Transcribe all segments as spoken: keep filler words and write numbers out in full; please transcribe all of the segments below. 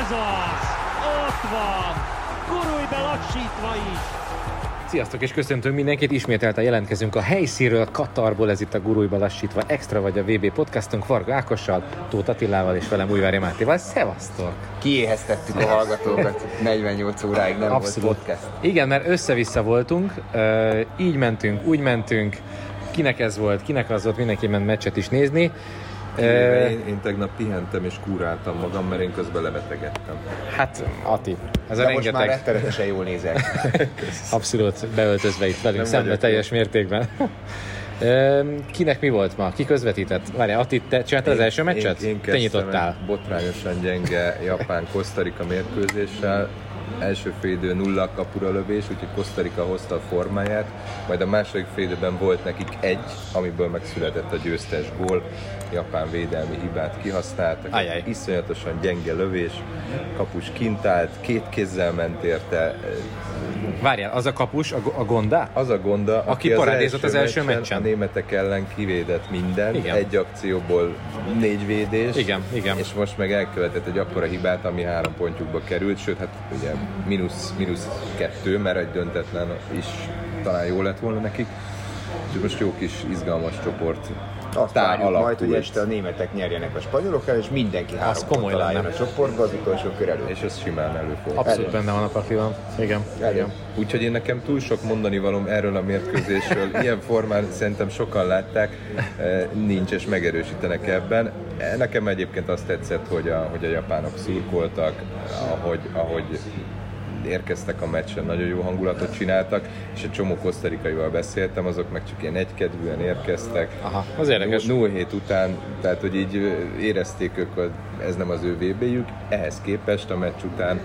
Ez az! Ott van! Gurulj be lassítva is! Sziasztok, és köszöntünk mindenkit, ismételten jelentkezünk a helyszínről, Katarból, ez itt a Gurulj be lassítva extra vagy a vé bé podcastunk Varga Ákossal, Tóth Attilával és velem Újvári Mátéval. Szevasztok! Kiéheztettük a hallgatókat, negyvennyolc óráig nem Abszolút. volt podcast. Igen, mert össze-vissza voltunk, így mentünk, úgy mentünk, kinek ez volt, kinek az volt, mindenki ment meccset is nézni. Én, én tegnap pihentem és kúráltam magam, mert én közben lebetegedtem. Hát, Ati, ez De a most rengeteg... már rettenetesen jól nézel. Abszolút beöltözve itt velünk, Nem szembe vagyok teljes mértékben. Kinek mi volt ma? Ki közvetített? Várjál, Ati, te csináltad az első meccset? Én, én te nyitottál. botrányosan gyenge Japán-Kosztarika mérkőzéssel. Első félidő nulla kapura lövés, úgyhogy Kosztarika hozta a formáját, majd a második félidőben volt nekik egy, amiből megszületett a győztes gól. Japán védelmi hibát kihasználtak. Ajaj. Iszonyatosan gyenge lövés, kapus kint állt, két kézzel ment érte. Várjál, az a kapus, a, a Gonda? Az a Gonda, Aki aki az parádézott első, az első meccsen, meccsen. a németek ellen kivédett minden, Igen. egy akcióból négy védés, Igen, igen. és most meg elkövetett egy akkora hibát, ami három pontjukba került, sőt, hát ugye mínusz, mínusz kettő, mert egy döntetlen is talán jó lett volna nekik. Úgyhogy most jó kis izgalmas csoport. Azt Tá várjuk majd, hogy alakult. este a németek nyerjenek a spanyolokkal, és mindenki három komoly pont találjon lenne. a csoportba az utolsó kör előtt. És ez simán előfordul. Abszolút benne van a pakliban. Igen. Igen. Úgyhogy én nekem túl sok mondani valóm erről a mérkőzésről. Ilyen formán szerintem sokan látták, eh, nincs és megerősítenek ebben. Eh, Nekem egyébként azt tetszett, hogy a, hogy a japánok szurkoltak, ahogy, ahogy érkeztek a meccsen, nagyon jó hangulatot csináltak, és egy csomó kosztarikaival beszéltem, azok meg csak ilyen egykedvűen érkeztek. Aha, az érdekes. nulla hét után, tehát hogy így érezték ők, hogy ez nem az ő vé béjük, ehhez képest a meccs után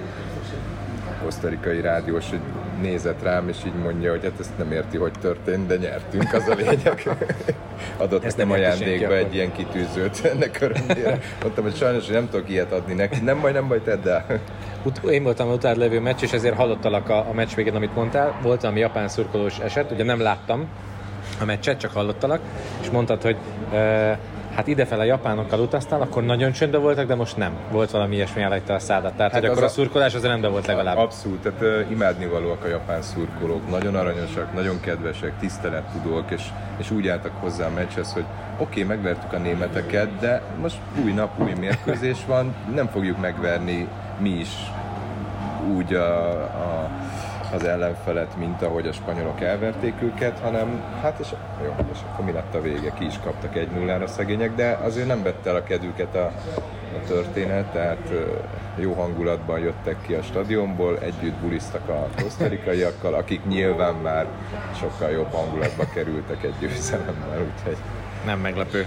kosztarikai rádiós, hogy nézett rám, és így mondja, hogy hát ezt nem érti, hogy történt, de nyertünk, az a lényeg. Adott Ezt nekem nem érti ajándékba senki egy akkor. ilyen kitűzőt ennek örömére. Mondtam, hogy sajnos, hogy nem tudok ilyet adni neki. Nem baj, nem baj, tedd el. Ut- én voltam a utád levő meccs, és ezért hallottalak a, a meccs végén, amit mondtál. Volt valami japán szurkolós eset, ugye nem láttam a meccset, csak hallottalak, és mondtad, hogy e, hát idefele a japánokkal utaztál, akkor nagyon csöndben voltak, de most nem. Volt valami ilyesmi elhagyta a szádat. Tehát, Hát hogy az akkor a a- szurkolás az rendben volt legalább. Abszolút, tehát uh, imádnivalóak a japán szurkolók, nagyon aranyosak, nagyon kedvesek, tisztelettudók, és, és úgy álltak hozzá a meccshez, hogy oké, okay, megvertük a németeket, de most új nap, új mérkőzés van, nem fogjuk megverni mi is úgy a, a, az ellenfelet, mint ahogy a spanyolok elverték őket, hanem hát és jó, és akkor mi lett a vége, ki is kaptak egy nullára szegények, de azért nem vette el a kedvüket a, a történet, tehát jó hangulatban jöttek ki a stadionból, együtt buliztak a kosztarikaiakkal, akik nyilván már sokkal jobb hangulatba kerültek egy győzelemmel, úgyhogy Nem meglepő.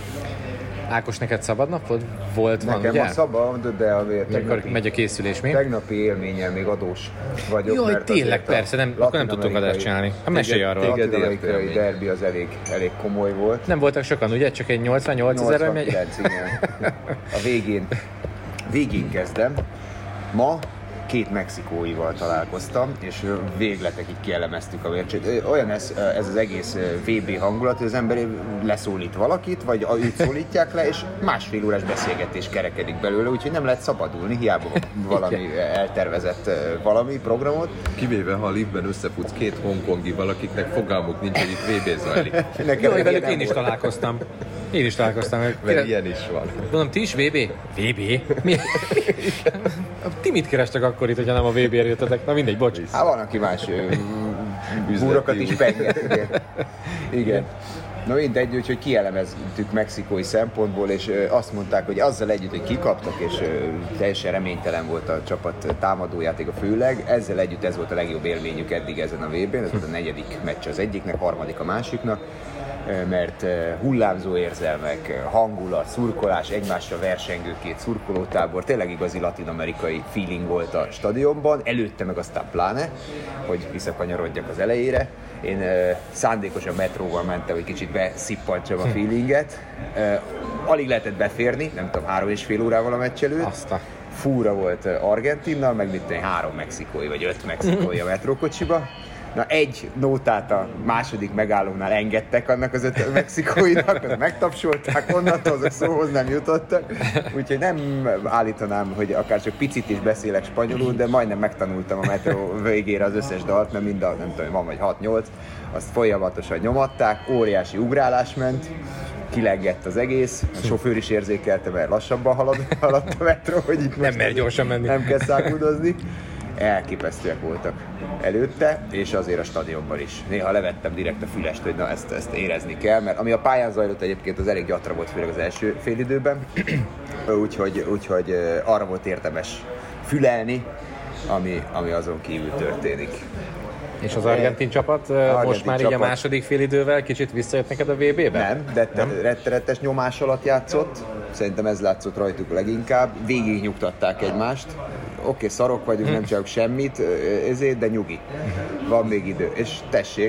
Ákos, neked szabad napod? Volt van, Nekem ugye? a szabad, de azért Mikor tegnapi, megy a készülés, mi? tegnapi élménnyel még adós vagyok. Jaj, mert tényleg, azért a persze, nem, akkor nem tudtunk adást csinálni. Hát mesélj arról. téged ért latin-amerikai élmény. derbi az elég, elég komoly volt. Nem voltak sokan, ugye? Csak egy nyolcvannyolc ezerre megy? nyolcvankilenc, igen. A végén, végén kezdem. Ma két mexikóival találkoztam, és végletekig kielemeztük a mércsét. Olyan ez, ez az egész vé bé hangulat, hogy az ember leszólít valakit, vagy őt szólítják le, és másfél órás beszélgetés kerekedik belőle, úgyhogy nem lehet szabadulni, hiába valami eltervezett valami programot. kivéve ha a liftben összefutsz két hongkongi valakiknek fogalmuk nincs, hogy itt vé bé zajlik. Nekem Jaj, ilyen velük nem én is volt. találkoztam. Én is találkoztam. Mert ilyen is van. Mondom, ti is vé bé? vé bé? Mi? Ti mit kerestek akkor itt, hogyha nem a vé bé-re jöttetek? Na mindegy, bocs. Hát van, aki más búrokat is penget. Igen. Igen. Na mindegy, úgyhogy kielemeztük mexikói szempontból, és ö, azt mondták, hogy azzal együtt, hogy kikaptak, és ö, teljesen reménytelen volt a csapat támadójátéka főleg, ezzel együtt ez volt a legjobb élményük eddig ezen a vé bén, ez volt a negyedik meccs az egyiknek, harmadik a másiknak, ö, mert ö, hullámzó érzelmek, hangulat, szurkolás, egymásra versengő két szurkolótábor, tényleg igazi latin-amerikai feeling volt a stadionban, előtte meg aztán pláne, hogy visszakanyarodjak az elejére. Én uh, szándékosan metróval mentem, hogy kicsit beszippantsam a feelinget. Uh, alig lehetett beférni, nem tudom, három és fél órával a meccs előtt. Azt a... Fúra volt uh, Argentinnal, meg mit tudom, három mexikói vagy öt mexikói a metrókocsiba. Na egy nótát a második megállónál engedtek annak az öt mexikóinak, azt megtapsolták, onnantól azok szóhoz nem jutottak. Úgyhogy nem állítanám, hogy akár csak picit is beszélek spanyolul, de majdnem megtanultam a metró végére az összes dalt, mert mind a, nem tudom, van vagy hat-nyolc, azt folyamatosan nyomatták, óriási ugrálás ment, kilengett az egész, a sofőr is érzékelte, mert lassabban halad, haladt a metró, hogy itt nem mer gyorsan menni. Nem kell száguldozni. Elképesztőek voltak előtte, és azért a stadionban is. Néha levettem direkt a fülest, hogy na ezt, ezt érezni kell, mert ami a pályán zajlott egyébként, az elég gyatra volt, főleg az első félidőben, úgyhogy, úgyhogy arra volt érdemes fülelni, ami, ami azon kívül történik. És az argentin csapat argentin most már csapat. Így a második félidővel kicsit visszajött neked a vé bé-be? Nem, de rettenetes nyomás alatt játszott, szerintem ez látszott rajtuk leginkább, végig nyugtatták egymást. Oké, okay, szarok vagyunk, nem csinálunk semmit, ezért, de nyugi. Van még idő. És tessék,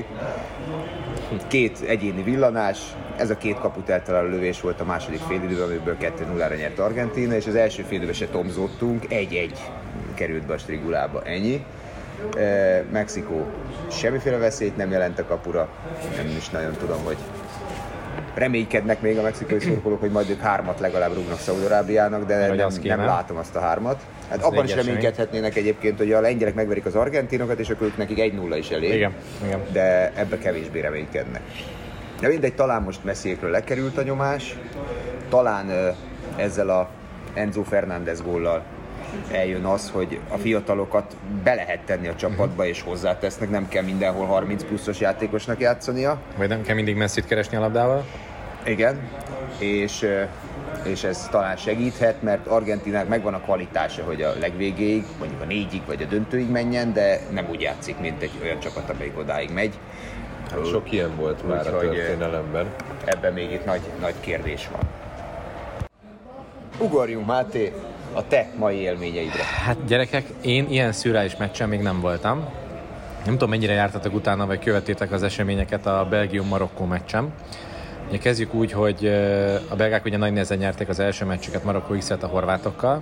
két egyéni villanás, ez a két kaput eltaláló lövés volt a második félidőben, amiből kettő nullára nyert Argentína, és az első félidőben se tomzottunk, egy-egy került be a strigulába, ennyi. Mexikó semmiféle veszélyt nem jelent a kapura, nem is nagyon tudom, hogy reménykednek még a mexikai szurkolók, hogy majd ők hármat legalább rúgnak Szaúd-Arábiának, de nem, nem látom azt a hármat. Hát abban is reménykedhetnének egyébként, hogy a lengyelek megverik az argentinokat, és akkor ők nekik egy nulla is elég, igen, igen. De ebbe kevésbé reménykednek. De mindegy, talán most Messiékről lekerült a nyomás, talán ezzel a Enzo Fernández góllal eljön az, hogy a fiatalokat be lehet tenni a csapatba, és hozzátesznek, nem kell mindenhol harminc pluszos játékosnak játszania. Vagy nem kell mindig Messit keresni a labdával. Igen, és, és ez talán segíthet, mert Argentinának megvan a kvalitása, hogy a legvégéig, mondjuk a négyig vagy a döntőig menjen, de nem úgy játszik, mint egy olyan csapat, amelyik odáig megy. Sok ilyen volt úgy, már a történelemben. Ebben még itt nagy, nagy kérdés van. Ugorjunk, Máté, a te mai élményeidre. Hát gyerekek, én ilyen szürreális meccsen még nem voltam. Nem tudom, mennyire jártatok utána, vagy követtétek az eseményeket a Belgium-Marokkó meccsen. Ugye kezdjük úgy, hogy a belgák ugye nagy nehezen nyerték az első meccsüket, Marokkó x-et a horvátokkal.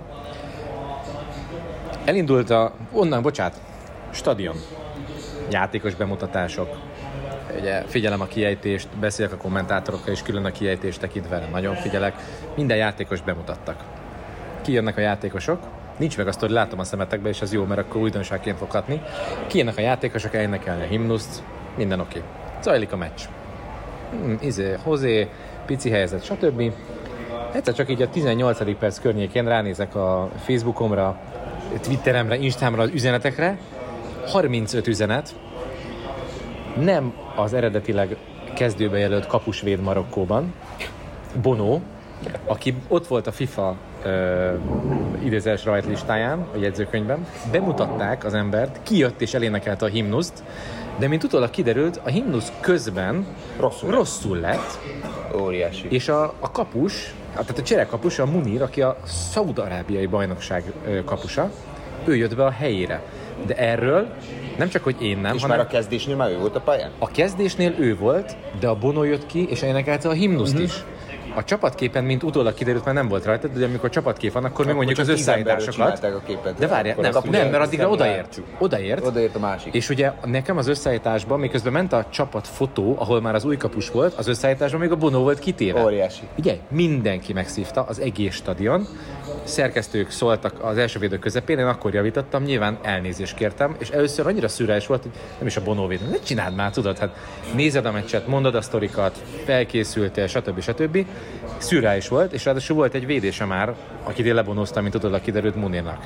Elindult a, onnan, bocsát, stadion, játékos bemutatások. Ugye figyelem a kiejtést, beszélek a kommentátorokkal, és külön a kiejtést tekintve nagyon figyelek. Minden játékos bemutattak. Kijönnek a játékosok, nincs meg azt, hogy látom a szemetekbe, és az jó, mert akkor újdonságként fog hatni. Kijönnek a játékosok, elénekelni a himnuszt, minden oké. Okay. Zajlik a meccs. Hmm, izé, hozé, pici helyzet, stb. Egyszer csak így a tizennyolcadik perc környékén ránézek a Facebookomra, Twitteremre, Instámra az üzenetekre. harmincöt üzenet. Nem az eredetileg kezdőbe jelölt kapusvéd Marokkóban, Bono, aki ott volt a FIFA uh, idézős rajtlistáján, a jegyzőkönyvben, bemutatták az embert, kijött és elénekelte a himnuszt, de mint utólag kiderült, a himnusz közben rosszul, rosszul lett. Óriási. És a, a kapus, tehát a cserekapus, a Munir, aki a szaúd-arábiai bajnokság kapusa, ő jött be a helyére. De erről nem csak, hogy én nem, és hanem... már a kezdésnél már ő volt a pályán? A kezdésnél ő volt, de a Bono jött ki, és énekelte a himnuszt uh-huh. is. A csapatképen, mint utólag kiderült, már nem volt rajta, de amikor csapatkép van, akkor, akkor még mondjuk az összeállításokat. A képet, de várjál, nem, nem, nem, mert addigra odaért. Odaért. Odaért a másik. És ugye nekem az összeállításban, miközben ment a csapat fotó, ahol már az új kapus volt, az összeállításban még a Bono volt kitéve. Óriási. Ugye, mindenki megszívta, az egész stadion. Szerkesztők szóltak az első védő közepén, én akkor javítottam, nyilván elnézést kértem, és először annyira szürreális volt, hogy nem is a Bono védő. Ne csináld már, tudod, hát nézed a meccset, mondod a sztorikat, felkészültél, stb. stb. Szürreális volt, és ráadásul volt egy védése már, akit én lebonoztam, mint tudod, kiderült Munirnak.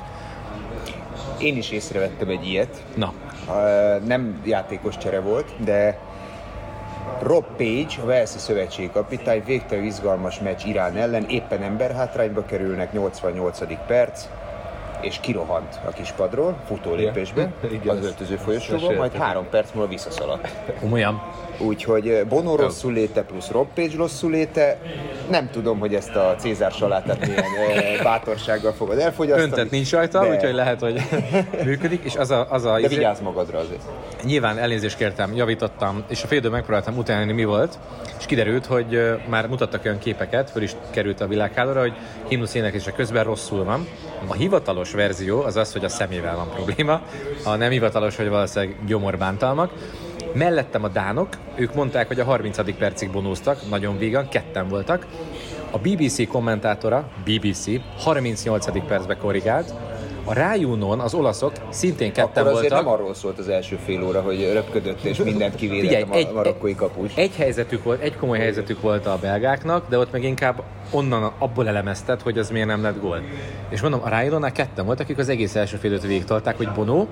Én is észrevettem egy ilyet. Na. Uh, nem játékos csere volt, de Rob Page, a Walesi szövetségkapitány, végtelenül izgalmas meccs Irán ellen, éppen emberhátrányba kerülnek, nyolcvannyolcadik perc, és kirohant a kispadról, futólépésben, az öltöző folyosóban, majd három perc múlva visszaszaladt. Komolyan. Úgyhogy Bono rosszul léte plusz Rob Page rosszul léte. Nem tudom, hogy ezt a Cézár salátát milyen bátorsággal fogod elfogyasztani. Öntet nincs rajta, de... úgyhogy lehet, hogy működik. És az a, az a de izé... vigyázz magadra azért. Nyilván elnézést kértem, javítottam, és a fél időben megpróbáltam utáni, mi volt, és kiderült, hogy már mutattak olyan képeket, föl is került a világhálóra, hogy himnusz éneklése közben rosszul van. A hivatalos verzió az az, hogy a szemével van probléma, a nem hivatalos, hogy valószínűleg gyomorbántalmak. Mellettem a dánok, ők mondták, hogy a harmincadik percig bonóztak, nagyon vígan, ketten voltak. A bé bé cé kommentátora, bé bé cé, harmincnyolcadik percbe korrigált. A Rájúnon az olaszok szintén ketten Akkor azért voltak. nem arról szólt az első fél óra, hogy röpködött és mindent kivédett Figyelj, a ma- egy- marokkói kapus. Egy helyzetük volt, egy komoly helyzetük volt a belgáknak, de ott meg inkább onnan abból elemezted, hogy az miért nem lett gól. És mondom, a Rájúnonnál ketten voltak, akik az egész első fél időt végigtolták, hogy Bono.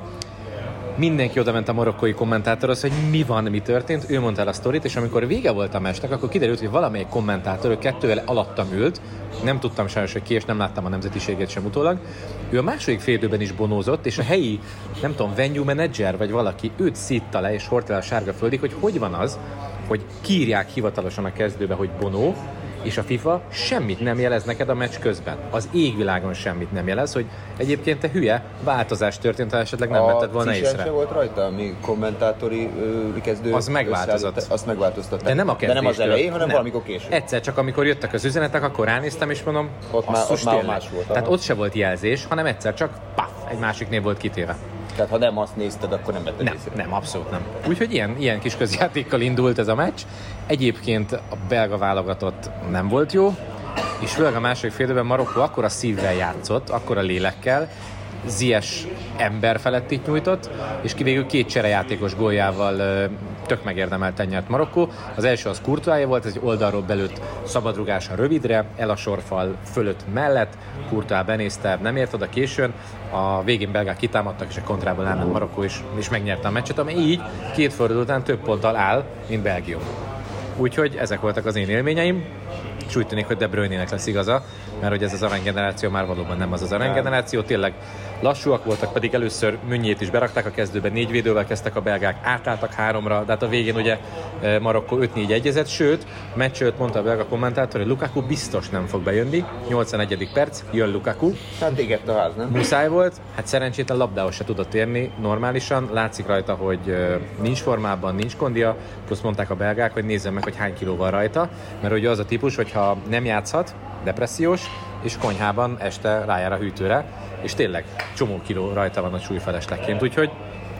Mindenki oda ment a marokkói kommentátorhoz, hogy mi van, mi történt, ő mondta el a sztorit, és amikor vége volt a meccsnek, akkor kiderült, hogy valamelyik kommentátor, ő kettővel alattam ült, nem tudtam sajnos, hogy ki, és nem láttam a nemzetiségét sem utólag. Ő a második fél időben is bonózott, és a helyi, nem tudom, venue manager, vagy valaki őt szítta le, és hordta le a sárga földig, hogy hogy van az, hogy kiírják hivatalosan a kezdőbe, hogy Bono, és a FIFA semmit nem jelez neked a meccs közben. Az égvilágon semmit nem jelez, hogy egyébként te hülye, változás történt, ha esetleg nem vetted volna Cisen észre. se volt rajta, ami kommentátori ö, kezdő Az megváltozott. összeállít- Azt megváltoztatták. De nem a De nem az kezdéstől. elején, hanem Nem. valamikor később. Egyszer csak amikor jöttek az üzenetek, akkor ránéztem, és mondom, Ott már- basszus, ott már tényleg. más volt, Tehát aha. ott se volt jelzés, hanem egyszer csak paf, egy másik név volt kitéve. Tehát ha nem azt nézted, akkor nem vetted Nem, észre. nem, abszolút nem. Úgyhogy ilyen, ilyen kis közjátékkal indult ez a meccs. Egyébként a belga válogatott nem volt jó, és főleg a második fél időben Marokkó akkora szívvel játszott, akkora lélekkel, Ziyech ember felett itt nyújtott, és ki végül két cserejátékos góljával ö, tök megérdemelten nyert Marokkó. Az első az Courtois volt, ez egy oldalról belőtt szabadrugása rövidre, el a sorfal fölött mellett, Courtois benézte, nem ért oda későn, a végén belgák kitámadtak, és a kontrában elment Marokkó is, és megnyerte a meccset, ami így két forduló után több ponttal áll, mint Belgium. Úgyhogy ezek voltak az én élményeim, és úgy tűnik, hogy De Bruyne-nek lesz igaza, mert hogy ez az aranygeneráció már valóban nem az az aranygeneráció, tényleg lassúak voltak, pedig először Münnyét is berakták a kezdőben, négy védővel kezdtek a belgák, átálltak háromra, de hát a végén ugye Marokkó öt négy egyezett, sőt, meccs előtt mondta a belga kommentátor, hogy Lukaku biztos nem fog bejönni, nyolcvanegyedik perc, jön Lukaku, Hát égett a ház, nem? muszáj volt, hát szerencsétlen labdához se tudott érni normálisan, látszik rajta, hogy ö, nincs formában, nincs kondia, plusz mondták a belgák, hogy nézzem meg, hogy hány kiló van rajta, mert ugye az a típus, hogyha nem játszhat, depressziós, és konyhában este rájár a hűtőre, és tényleg csomó kiló rajta van a súlyfeleslegként, úgyhogy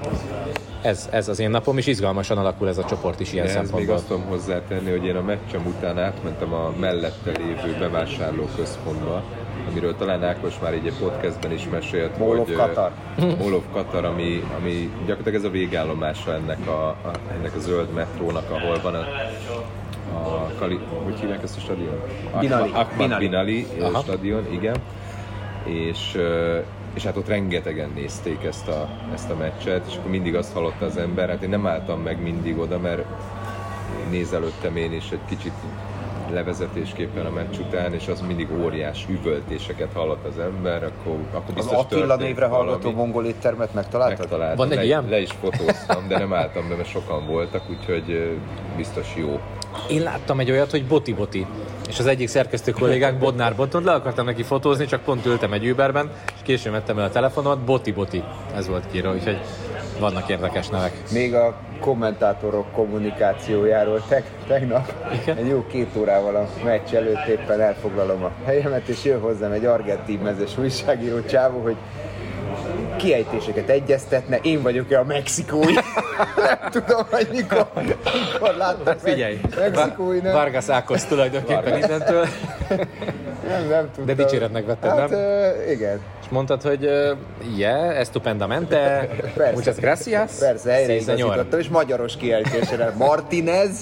ez, ez az én napom, és izgalmasan alakul ez a csoport is ilyen De ez még szempontból. azt tudom hozzátenni, hogy én a meccsem után átmentem a mellette lévő bevásárlóközpontba, amiről talán Ákos már így egy podcastben is mesélt, Mall of hogy Qatar. uh, Mall of Qatar, ami, ami gyakorlatilag ez a végállomása ennek a, a, ennek a zöld metrónak, ahol van a, a Kali, hogy hívják ezt a stadion? Binali. Ahmad Binali. Binali, Binali Aha. stadion, igen. És, és hát ott rengetegen nézték ezt a, ezt a meccset, és akkor mindig azt hallotta az ember, hát én nem álltam meg mindig oda, mert nézelődtem én is egy kicsit levezetésképpen a meccs után, és az mindig óriás üvöltéseket hallott az ember, akkor, akkor Az biztos Attila történt névre hallgató valami. mongol éttermet megtaláltad? Megtaláltam, Van egy le, ilyen? le is fotóztam, de nem álltam be, mert sokan voltak, úgyhogy ö, biztos jó. Én láttam egy olyat, hogy Boti-Boti, és az egyik szerkesztő kollégánk Bodnár Boton, le akartam neki fotózni, csak pont ültem egy Uberben, és későn vettem el a telefonomat, Boti-Boti, ez volt kiírva, úgyhogy vannak érdekes nevek. Még a kommentátorok kommunikációjáról teg, tegnap Igen? egy jó két órával a meccs előtt éppen elfoglalom a helyemet, és jön hozzám egy argentin mezes újságíró csávó, hogy kiejtéseket egyeztetne, én vagyok-e a mexikói? Nem tudom, hogy mikor, mikor láttam Figyelj, meg, mexikói, nem, Vargas Ákos tulajdonképpen innentől, nem, nem tudtam. de dicséretnek vetted, hát, nem? Uh, igen. És mondtad, hogy uh, yeah, estupendamente, Persze. muchas gracias. Persze, Sí, señor. helyreigazítottam, és magyaros kiejtésre. Martinez.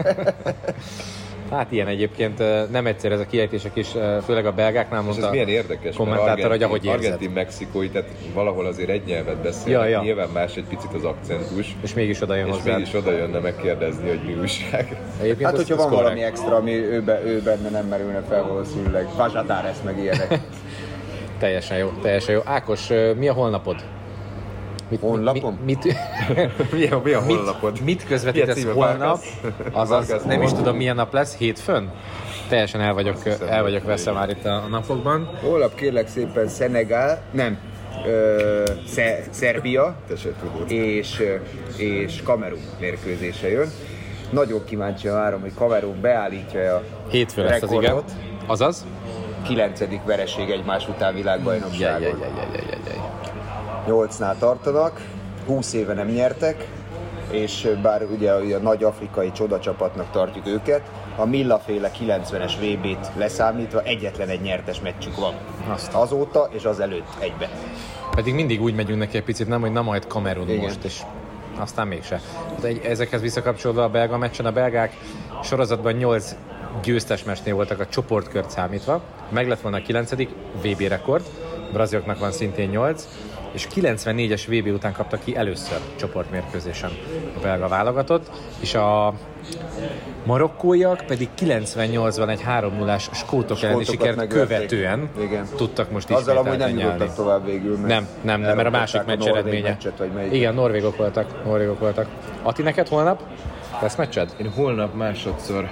Hát ilyen egyébként uh, nem egyszer ez a kiejtések is, uh, főleg a belgáknál És mondta ez milyen érdekes, kommentátor, hogy ahogy érzed. argentin-mexikói, tehát valahol azért egy nyelvet beszélnek, Ja, ja. nyilván más egy picit az akcentus, És mégis oda jön és hozzá. mégis oda jönne megkérdezni, hogy mi újság. Egyébként Hát, ez- hogyha ez van korrekt. valami extra, ami ő, be, ő benne nem merülne fel valószínűleg. Vazsadáres meg ilyenek. Teljesen jó, teljesen jó. Ákos, uh, mi a holnapod? Mit, Honlapom? Mit, mit, mi a, mi a mit, honlapod? mit közvetítesz Milyen címe? holnap? Vargas? Azaz, Vargas nem is Hol? tudom milyen nap lesz, hétfőn? Teljesen el vagyok, el vagyok veszve már itt a napokban. Holnap kérlek szépen Szenegál, nem, ö, Sze, Szerbia Te se tudod. és, ö, és Kamerun mérkőzése jön. Nagyon kíváncsian várom, hogy Kamerun beállítja a Hétfő lesz az, igen. rekordot. Azaz? kilencedik vereség egymás után világbajnokságon. Jaj, jaj, jaj, jaj, jaj, jaj. nyolcnál tartanak, húsz éve nem nyertek, és bár ugye a nagy afrikai csodacsapatnak tartjuk őket, a Milla-féle kilencvenes vé bét leszámítva egyetlen egy nyertes meccsük van. Azt. Azóta és az előtt egybe. Pedig mindig úgy megyünk neki egy picit, nem, hogy na majd Kamerun Igen. most, és aztán mégse. De egy, ezekhez visszakapcsolódva a belga meccsen, a belgák sorozatban nyolc győztes meccsnél voltak a csoportkört számítva, meg lett volna a kilencedik vé bé rekord, a braziloknak van szintén nyolc, és kilencvennégyes vé bé után kapta ki először csoportmérkőzésen a belga válogatott, és a marokkóiak pedig kilencvennyolcban egy három nullás skótok elleni sikert megverték. követően Igen. tudtak most Azzal amúgy ismételten nem nyelni. jutottak tovább végül. Mert Nem, nem, nem, mert a másik meccs eredménye. Meccset, vagy melyiket. Igen, norvégok voltak, norvégok voltak. Ati, neked holnap lesz meccsed? Én holnap másodszor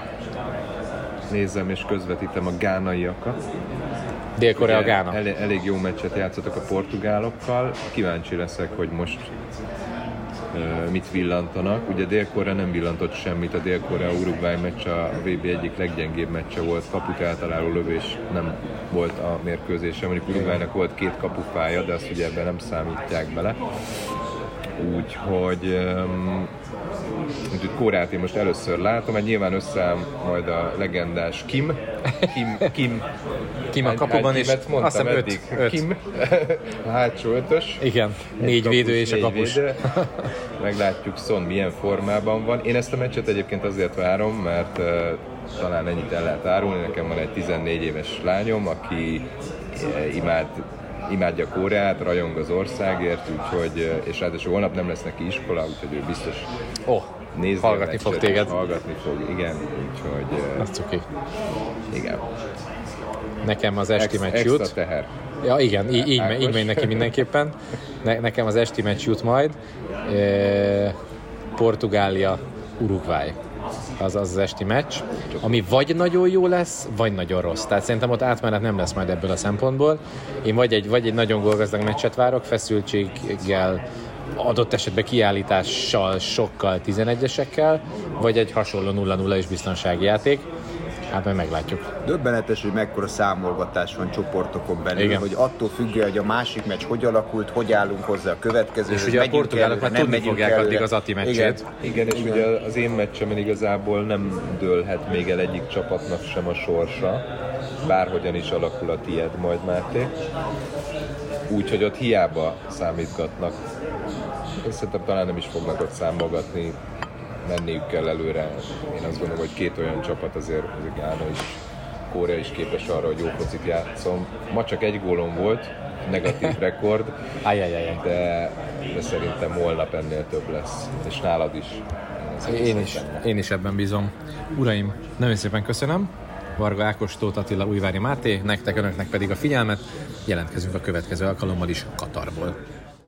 nézem és közvetítem a gánaiakat. Dél-Korea, Ugye Gána. Elég, elég jó meccset játszottak a portugálokkal. Kíváncsi leszek, hogy most uh, mit villantanak. Ugye Dél-Korea nem villantott semmit. A Dél-Korea-Uruguay meccs a vé bé egyik leggyengébb meccse volt. Kaput eltaláló lövés nem volt a mérkőzésen. Mondjuk Uruguaynak volt két kapufája, de azt ugye ebben nem számítják bele. Úgyhogy um, úgyhogy Koreát én most először látom, mert nyilván összeáll majd a legendás Kim. Kim, Kim, Kim a kapuban, és azt hiszem öt, öt. Kim, a hátsó ötös. Igen, négy kapus, védő és a négy kapus. Védő. Meglátjuk Son milyen formában van. Én ezt a meccset egyébként azért várom, mert uh, talán ennyit el lehet árulni. Nekem van egy tizennégy éves lányom, aki uh, imád imádja Koreát, rajong az országért, úgyhogy, és ráadásul holnap nem lesz neki iskola, úgyhogy ő biztos Oh, nézni hallgatni fog téged. Hallgatni fog, igen, úgyhogy Az cuki. igen. Nekem az esti Ex, meccs jut. extra teher. Ja, igen, így, így, Ákos. így megy neki mindenképpen. Ne, nekem az esti meccs jut majd. E, Portugália, Uruguay. Az, az az esti meccs, ami vagy nagyon jó lesz, vagy nagyon rossz. Tehát szerintem ott átmenet nem lesz majd ebből a szempontból. Én vagy egy, vagy egy nagyon gólgazdag meccset várok, feszültséggel, adott esetben kiállítással, sokkal, tizenegyesekkel, vagy egy hasonló nulla nulla és biztonsági játék. Hát majd meglátjuk. Döbbenetes, hogy mekkora számolgatás van csoportokon belül, Igen. hogy attól függően, hogy a másik meccs hogy alakult, hogy állunk hozzá a következőhöz. És ugye a megyünk portugálok előre, már nem tudni megyünk fogják előre. addig az Ati meccsét. Igen. Igen, és Igen. ugye az én meccsemen igazából nem dőlhet még el egyik csapatnak sem a sorsa, bárhogyan is alakul a tied majd, Máté. Úgyhogy ott hiába számítgatnak. Én szerintem talán nem is fognak ott számolgatni, menniük kell előre. Én azt gondolom, hogy két olyan csapat azért, azért Gána is, Korea is képes arra, hogy jó focit játszom. Ma csak egy gólom volt, negatív rekord, Ajajajaj. de, de szerintem holnap ennél több lesz. És nálad is. Én is, én is ebben bízom. Uraim, nagyon szépen köszönöm. Varga Ákos, Tóth Attila, Újvári Máté, nektek, önöknek pedig a figyelmet. Jelentkezünk a következő alkalommal is Katarból.